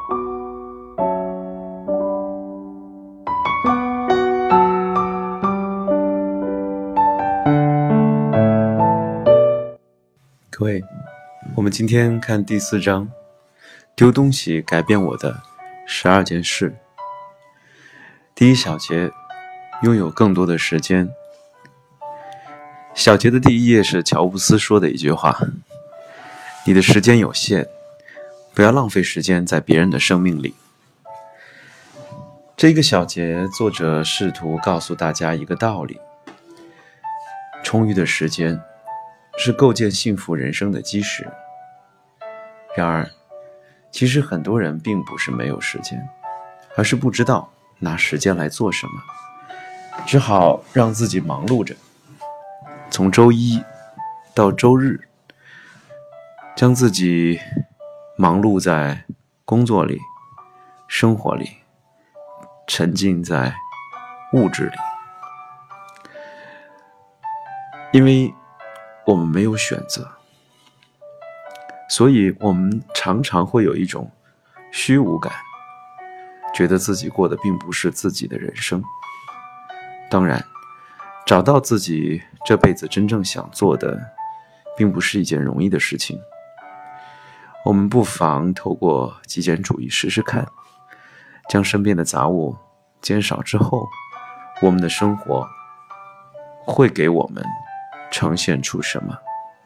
各位，我们今天看第4章，丢东西改变我的12件事。第一小节，拥有更多的时间。小节的第一页是乔布斯说的一句话：你的时间有限，不要浪费时间在别人的生命里。这个小节，作者试图告诉大家一个道理：充裕的时间是构建幸福人生的基石。然而，其实很多人并不是没有时间，而是不知道拿时间来做什么，只好让自己忙碌着，从周一到周日，将自己忙碌在工作里、生活里，沉浸在物质里。因为我们没有选择，所以我们常常会有一种虚无感，觉得自己过的并不是自己的人生。当然，找到自己这辈子真正想做的，并不是一件容易的事情。我们不妨透过极简主义试试看，将身边的杂物减少之后，我们的生活会给我们呈现出什么？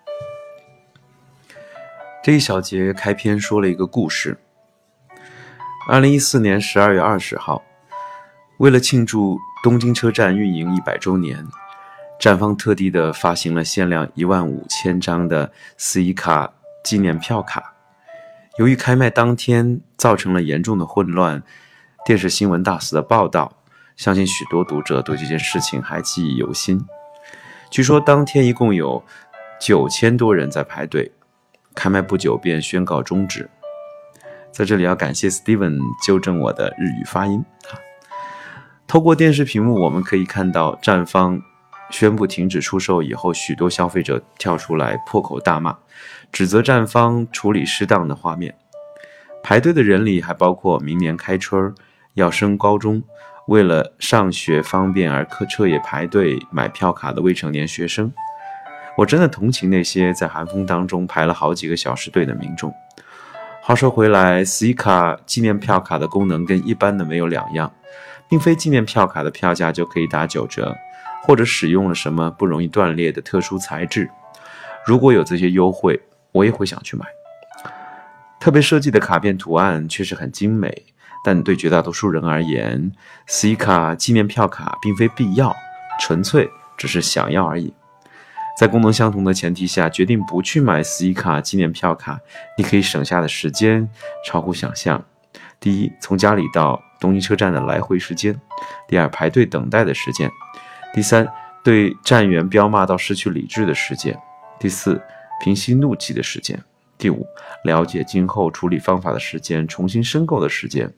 这一小节开篇说了一个故事。2014年12月20号，为了庆祝东京车站运营100周年，站方特地的发行了限量15000张的 Suica 纪念票卡。由于开卖当天造成了严重的混乱，电视新闻大肆的报道，相信许多读者对这件事情还记忆犹新。据说当天一共有9000多人在排队，开卖不久便宣告终止。在这里要感谢 Steven 纠正我的日语发音。透过电视屏幕，我们可以看到站方宣布停止出售以后，许多消费者跳出来破口大骂，指责站方处理失当的画面。排队的人里还包括明年开春要升高中，为了上学方便而彻夜排队买票卡的未成年学生。我真的同情那些在寒风当中排了好几个小时队的民众。话说回来， Suica 纪念票卡的功能跟一般的没有两样，并非纪念票卡的票价就可以打9折，或者使用了什么不容易断裂的特殊材质。如果有这些优惠，我也会想去买。特别设计的卡片图案确实很精美，但对绝大多数人而言， Suica 纪念票卡并非必要，纯粹只是想要而已。在功能相同的前提下，决定不去买 Suica 纪念票卡，你可以省下的时间超乎想象。第一，从家里到东京车站的来回时间；第二，排队等待的时间；第三，对站员彪骂到失去理智的时间；第四，平息怒气的时间；第五，了解今后处理方法的时间，重新申购的时间。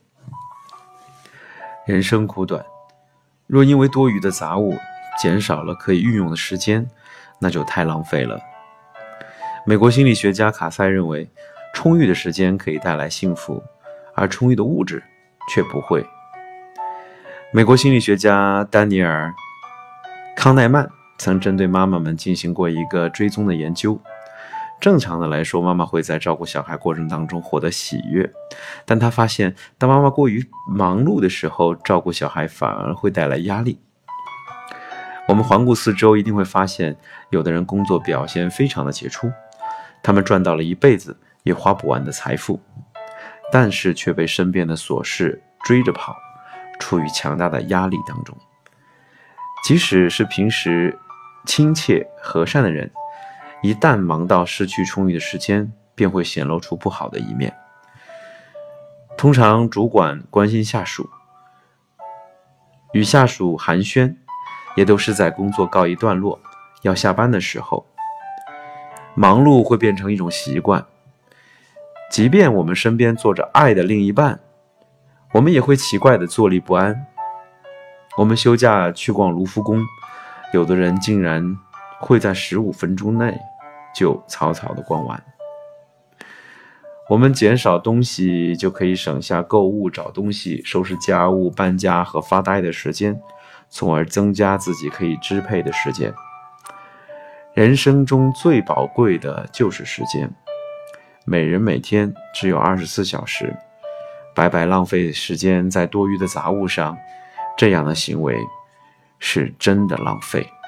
人生苦短，若因为多余的杂物减少了可以运用的时间，那就太浪费了。美国心理学家卡塞认为，充裕的时间可以带来幸福，而充裕的物质却不会。美国心理学家丹尼尔·康奈曼曾针对妈妈们进行过一个追踪的研究。正常的来说，妈妈会在照顾小孩过程当中获得喜悦，但他发现，当妈妈过于忙碌的时候，照顾小孩反而会带来压力。我们环顾四周，一定会发现，有的人工作表现非常的杰出，他们赚到了一辈子也花不完的财富，但是却被身边的琐事追着跑，处于强大的压力当中。即使是平时亲切和善的人，一旦忙到失去充裕的时间，便会显露出不好的一面。通常主管关心下属，与下属寒暄，也都是在工作告一段落，要下班的时候。忙碌会变成一种习惯，即便我们身边坐着爱的另一半，我们也会奇怪的坐立不安。我们休假去逛卢浮宫，有的人竟然会在15分钟内就草草的逛完。 我们减少东西，就可以省下购物、找东西、收拾家务、搬家和发呆的时间，从而增加自己可以支配的时间。人生中最宝贵的就是时间，每人每天只有24小时，白白浪费时间在多余的杂物上，这样的行为是真的浪费。